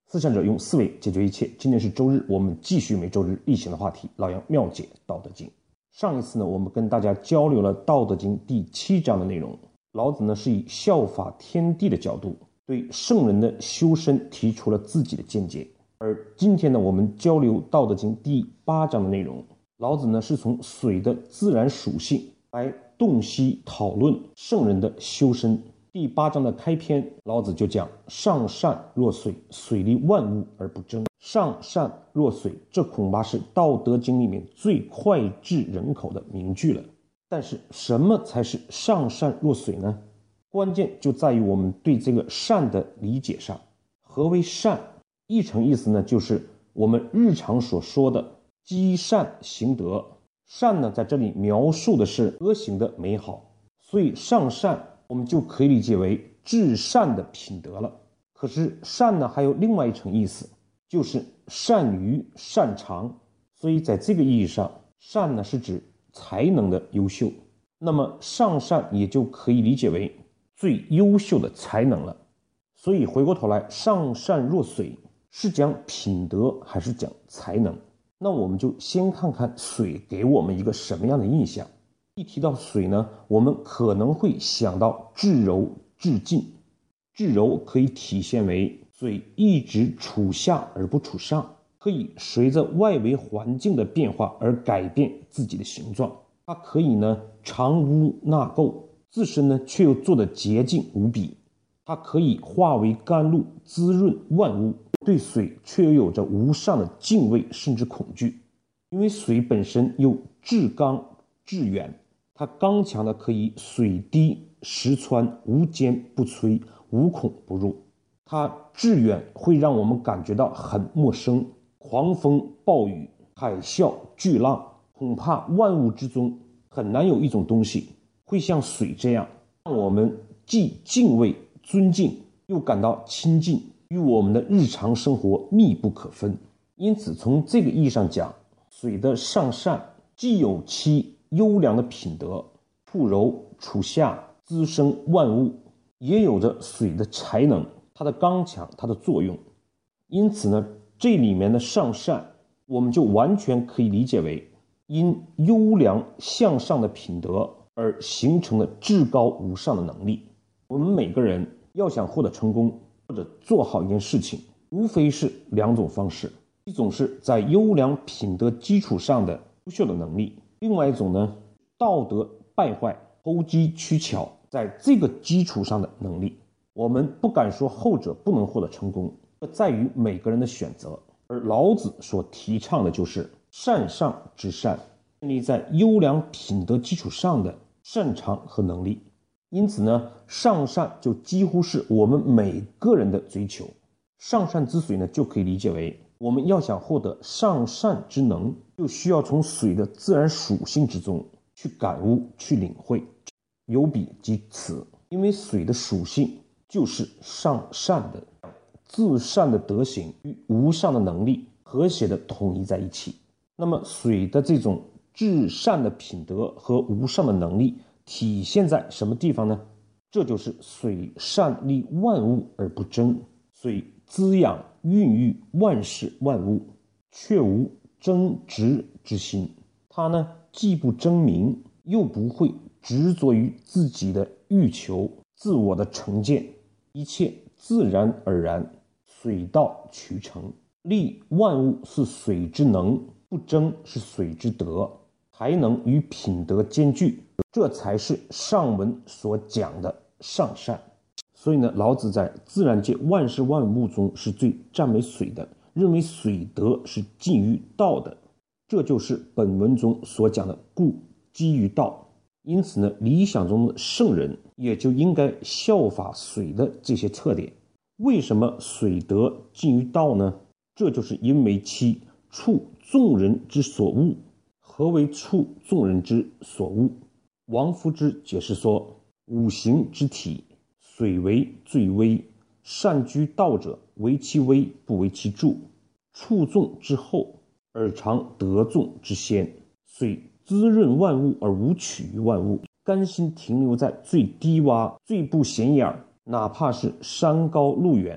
思想者用思维解决一切。今天是周日，我们继续每周日例行的话题，老杨妙解道德经。上一次呢，我们跟大家交流了道德经第7章的内容。老子呢是以效法天地的角度，对圣人的修身提出了自己的见解。而今天呢，我们交流道德经第8章的内容。老子呢是从水的自然属性来洞悉讨论圣人的修身。第8章的开篇，老子就讲上善若水，水利万物而不争。上善若水，这恐怕是道德经里面最脍炙人口的名句了。但是什么才是上善若水呢？关键就在于我们对这个善的理解上。何为善？译成意思呢，就是我们日常所说的积善行德。善呢，在这里描述的是德行的美好，所以上善我们就可以理解为至善的品德了。可是善呢，还有另外一层意思，就是善于擅长。所以在这个意义上，善呢是指才能的优秀。那么上善也就可以理解为最优秀的才能了。所以回过头来，上善若水是讲品德还是讲才能？那我们就先看看水给我们一个什么样的印象。一提到水呢，我们可能会想到至柔至静。至柔可以体现为水一直处下而不处上，可以随着外围环境的变化而改变自己的形状。它可以呢藏污纳垢，自身呢却又做得洁净无比。它可以化为甘露，滋润万物。对水却又有着无上的敬畏甚至恐惧，因为水本身又至刚至远。它刚强的可以水滴石穿，无坚不摧，无孔不入。它至远会让我们感觉到很陌生，狂风暴雨，海啸巨浪，恐怕万物之中很难有一种东西会像水这样，让我们既敬畏尊敬，又感到亲近，与我们的日常生活密不可分。因此从这个意义上讲，水的上善既有其优良的品德，处柔处下，滋生万物，也有着水的才能，它的刚强，它的作用。因此呢，这里面的上善我们就完全可以理解为因优良向上的品德而形成了至高无上的能力。我们每个人要想获得成功或者做好一件事情，无非是2种方式。一种是在优良品德基础上的优秀的能力，另外一种呢，道德败坏，投机取巧，在这个基础上的能力。我们不敢说后者不能获得成功，这在于每个人的选择。而老子所提倡的就是善上之善，建立在优良品德基础上的擅长和能力。因此呢，上善就几乎是我们每个人的追求。上善之水呢，就可以理解为我们要想获得上善之能，就需要从水的自然属性之中去感悟，去领会。有彼即此，因为水的属性就是上善的，自善的德行与无上的能力和谐的统一在一起。那么水的这种至善的品德和无上的能力体现在什么地方呢？这就是水善利万物而不争，水滋养孕育万事万物，却无争执之心。它呢，既不争名，又不会执着于自己的欲求、自我的成见，一切自然而然，水到渠成。利万物是水之能，不争是水之德，才能与品德兼具，这才是上文所讲的上善。所以呢，老子在自然界万事万物中是最赞美水的，认为水德是近于道的，这就是本文中所讲的故几于道。因此呢，理想中的圣人也就应该效法水的这些特点。为什么水德近于道呢？这就是因为其处众人之所恶。何为处众人之所恶？王夫之解释说，五行之体，水为最微，善居道者为其微，不为其著。处众之后，而常得众之先。水滋润万物而无取于万物，甘心停留在最低洼、最不显眼，哪怕是山高路远，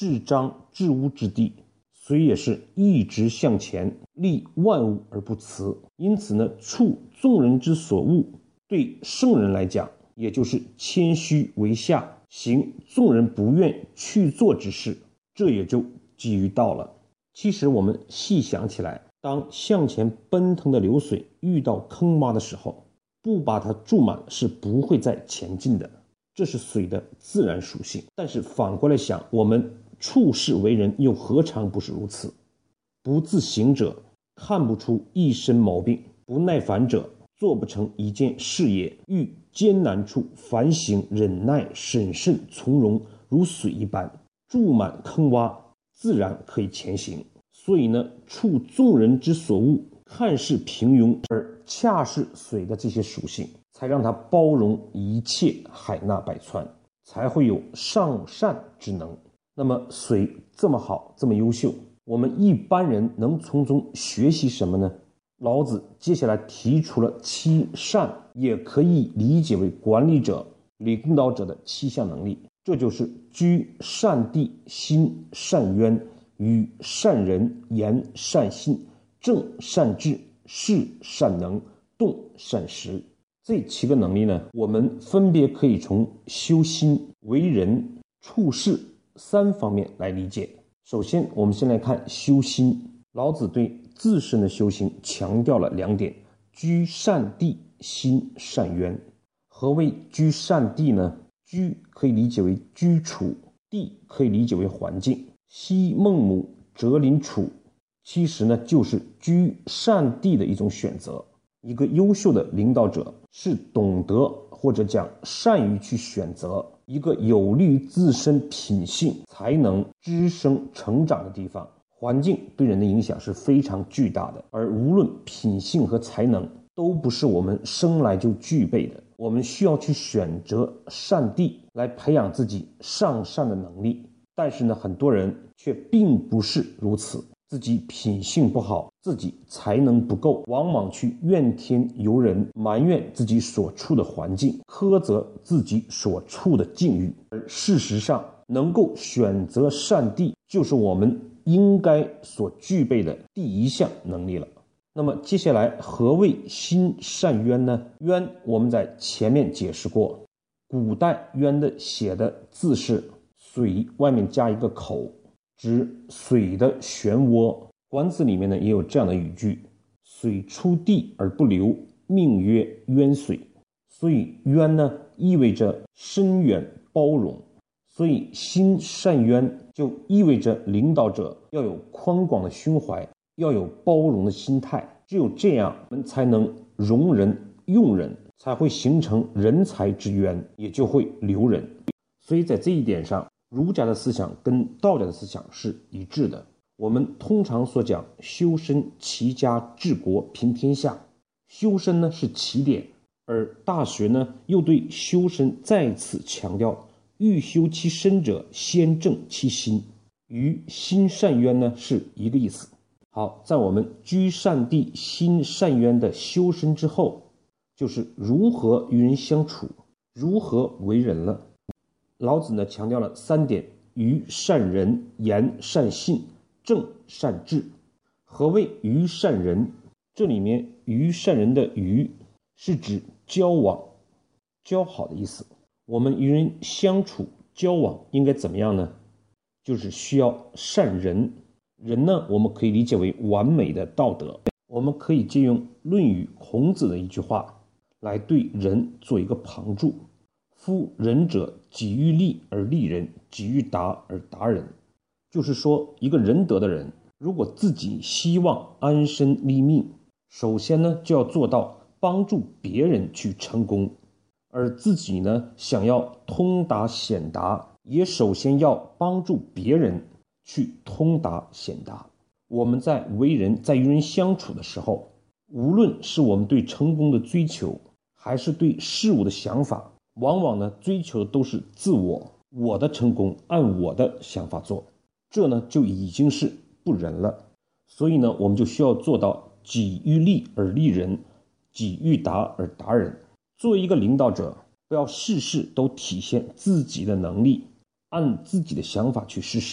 至彰至污之地。水也是一直向前，利万物而不辞。因此呢，处众人之所恶，对圣人来讲，也就是谦虚为下，行众人不愿去做之事，这也就基于道了。其实我们细想起来，当向前奔腾的流水遇到坑洼的时候，不把它注满是不会再前进的，这是水的自然属性。但是反过来想，我们处事为人又何尝不是如此？不自省者看不出一身毛病，不耐烦者做不成一件事业，遇艰难处反省忍耐审慎从容，如水一般，注满坑洼，自然可以前行。所以呢，处众人之所恶，看似平庸，而恰是水的这些属性，才让它包容一切海纳百川，才会有上善之能。那么水这么好，这么优秀，我们一般人能从中学习什么呢？老子接下来提出了7善，也可以理解为管理者、领导者的7项能力，这就是居善地、心善渊、与善人、言善信、正善治、事善能、动善时。这7个能力呢，我们分别可以从修心、为人、处事3方面来理解。首先我们先来看修心。老子对自身的修行强调了2点：居善地、心善渊。何谓居善地呢？居可以理解为居处，地可以理解为环境。昔孟母择邻处，其实呢就是居善地的一种选择。一个优秀的领导者是懂得或者讲善于去选择一个有利于自身品性、才能滋生成长的地方。环境对人的影响是非常巨大的，而无论品性和才能都不是我们生来就具备的，我们需要去选择善地来培养自己上善的能力。但是呢，很多人却并不是如此，自己品性不好，自己才能不够，往往去怨天尤人，埋怨自己所处的环境，苛责自己所处的境遇。而事实上，能够选择善地，就是我们应该所具备的第1项能力了。那么接下来何谓心善渊呢？渊我们在前面解释过，古代渊的写的字是水外面加一个口，指水的漩涡。管子里面呢也有这样的语句：水出地而不流，命曰渊水。所以渊呢意味着深远包容，所以心善渊就意味着领导者要有宽广的胸怀，要有包容的心态。只有这样，我们才能容人用人，才会形成人才之渊，也就会留人。所以在这一点上，儒家的思想跟道家的思想是一致的。我们通常所讲修身齐家治国平天下，修身呢是起点，而大学呢又对修身再次强调，欲修其身者，先正其心，与心善渊呢是一个意思。好，在我们居善地、心善渊的修身之后，就是如何与人相处，如何为人了。老子呢强调了3点：于善人、言善信、正善治。何谓于善人？这里面于善人的于是指交往、交好的意思。我们与人相处交往应该怎么样呢？就是需要善人。人呢，我们可以理解为完美的道德。我们可以借用《论语》孔子的一句话来对人做一个旁注：夫仁者，己欲立而立人，己欲达而达人。就是说，一个仁德的人，如果自己希望安身立命，首先呢就要做到帮助别人去成功，而自己呢想要通达显达，也首先要帮助别人去通达显达。我们在为人，在与人相处的时候，无论是我们对成功的追求，还是对事物的想法，往往呢追求的都是自我的成功，按我的想法做，这呢就已经是不仁了。所以呢，我们就需要做到己欲立而立人，己欲达而达人。作为一个领导者，不要事事都体现自己的能力，按自己的想法去实施，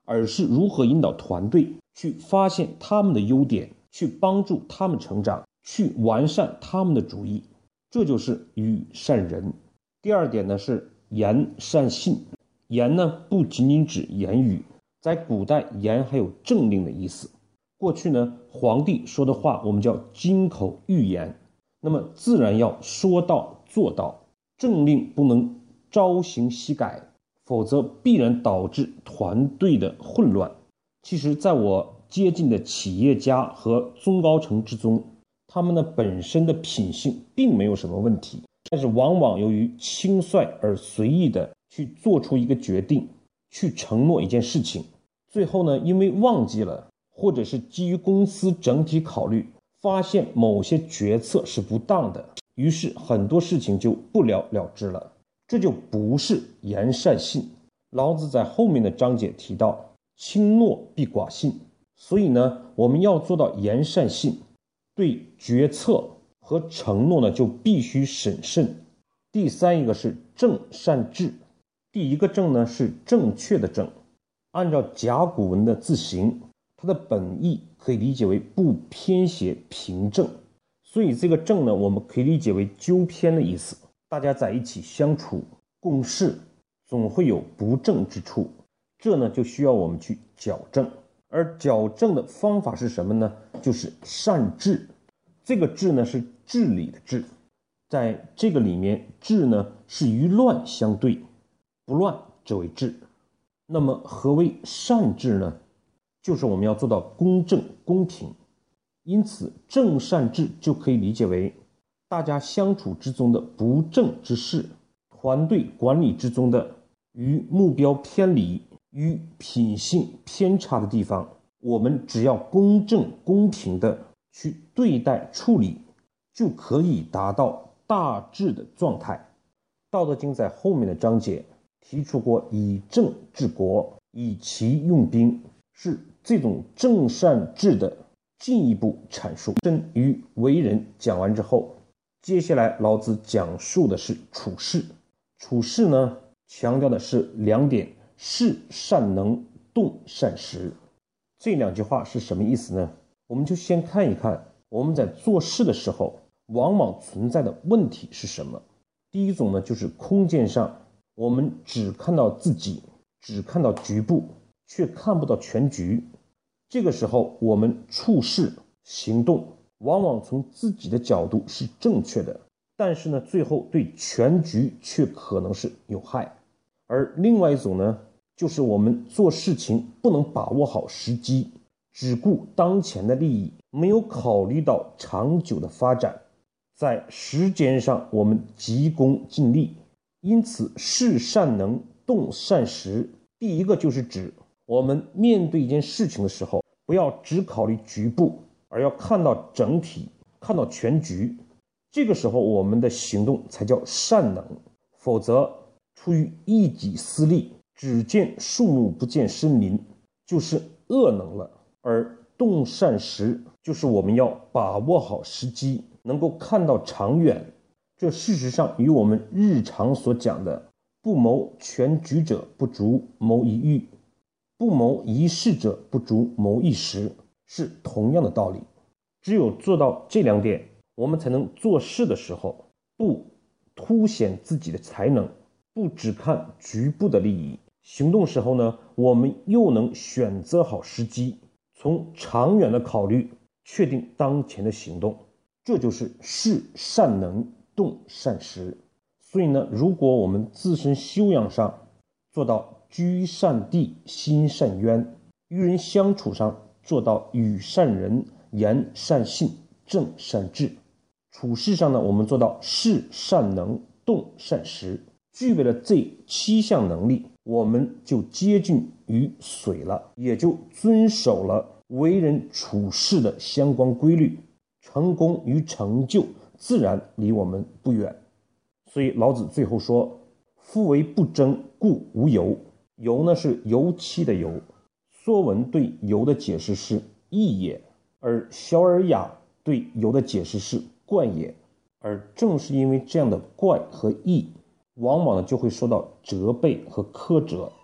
而是如何引导团队去发现他们的优点，去帮助他们成长，去完善他们的主意。这就是语善人。第二点呢是言善信。言呢不仅仅指言语，在古代言还有政令的意思。过去呢皇帝说的话我们叫金口玉言，那么自然要说到做到，政令不能朝行夕改，否则必然导致团队的混乱。其实在我接近的企业家和中高层之中，他们的本身的品性并没有什么问题，但是往往由于轻率而随意的去做出一个决定，去承诺一件事情，最后呢因为忘记了，或者是基于公司整体考虑，发现某些决策是不当的，于是很多事情就不了了之了。这就不是言善信。老子在后面的章节提到轻诺必寡信，所以呢我们要做到言善信，对决策和承诺呢就必须审慎。第三一个是正善治。第一个正呢是正确的正，按照甲骨文的字形，它的本意可以理解为不偏斜平正，所以这个正呢我们可以理解为纠偏的意思。大家在一起相处共事，总会有不正之处，这呢就需要我们去矫正。而矫正的方法是什么呢？就是善治。这个治呢是治理的治，在这个里面治呢是与乱相对，不乱则为治。那么何为善治呢？就是我们要做到公正公平。因此正善治就可以理解为大家相处之中的不正之事，团队管理之中的与目标偏离、与品性偏差的地方，我们只要公正公平的去对待处理，就可以达到大治的状态。道德经在后面的章节提出过以政治国，以其用兵，是这种正善治的进一步阐述。身与为人讲完之后，接下来老子讲述的是处事。处事呢强调的是两点：事善能，动善时。这两句话是什么意思呢？我们就先看一看我们在做事的时候往往存在的问题是什么。第一种呢就是空间上我们只看到自己，只看到局部，却看不到全局。这个时候我们处事行动往往从自己的角度是正确的，但是呢最后对全局却可能是有害。而另外一种呢，就是我们做事情不能把握好时机，只顾当前的利益，没有考虑到长久的发展，在时间上我们急功近利。因此事善能，动善时。第一个就是指我们面对一件事情的时候，不要只考虑局部，而要看到整体，看到全局。这个时候我们的行动才叫善能，否则出于一己私利，只见树木不见森林，就是恶能了。而动善时就是我们要把握好时机，能够看到长远。这事实上与我们日常所讲的不谋全局者不足谋一域，不谋一事者不足谋一时是同样的道理。只有做到这两点，我们才能做事的时候不凸显自己的才能，不只看局部的利益。行动时候呢，我们又能选择好时机，从长远的考虑确定当前的行动。这就是事善能，动善时。所以呢，如果我们自身修养上做到居善地，心善渊，与人相处上做到语善人，言善信，正善治，处事上呢我们做到事善能，动善时，具备了这7项能力，我们就接近于水了，也就遵守了为人处事的相关规律，成功与成就自然离我们不远。所以老子最后说，夫为不争，故无尤。尤呢是油漆的油，说文对尤的解释是异也，而小尔雅对尤的解释是怪也。而正是因为这样的怪和异，往往呢就会受到责备和苛责。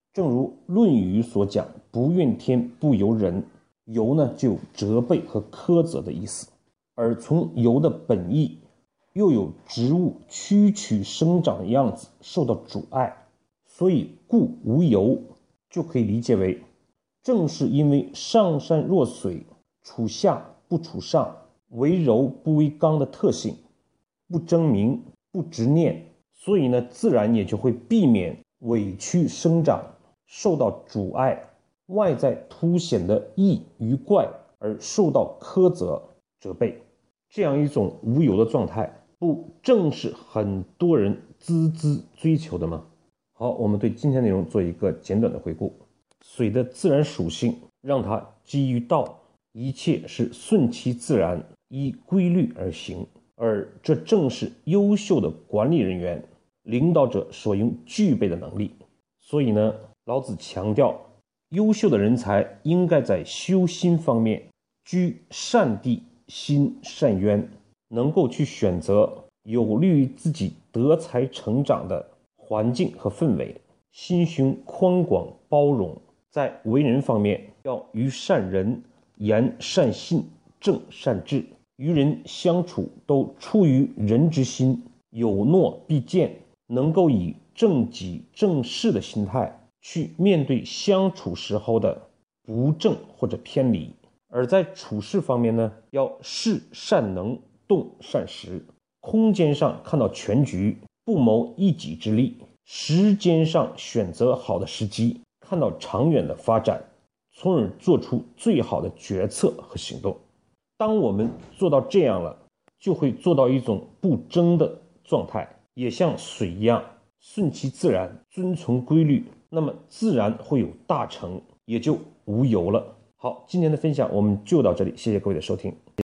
正如《论语》所讲，不怨天不尤人，尤呢就有责备和苛责的意思，而从尤的本意又有植物曲曲生长的样子受到阻碍，所以故无尤就可以理解为，正是因为上善若水，处下不处上，为柔不为刚的特性，不争名不执念，所以呢自然也就会避免委屈生长，受到阻碍，外在凸显的异与怪而受到苛责责备。这样一种无尤的状态，不正是很多人孜孜追求的吗？好，我们对今天内容做一个简短的回顾。水的自然属性让它基于道，一切是顺其自然，依规律而行，而这正是优秀的管理人员、领导者所应具备的能力。所以呢，老子强调，优秀的人才应该在修心方面居善地心善渊，能够去选择有利于自己德才成长的环境和氛围，心胸宽广包容。在为人方面，要于善人，言善信，正善治，与人相处都出于人之心，有诺必践，能够以正己正事的心态去面对相处时候的不正或者偏离。而在处事方面呢，要事善能，动善时，空间上看到全局，不谋一己之利；时间上选择好的时机，看到长远的发展，从而做出最好的决策和行动。当我们做到这样了，就会做到一种不争的状态，也像水一样顺其自然，遵从规律，那么自然会有大成，也就无尤了。好，今天的分享我们就到这里，谢谢各位的收听。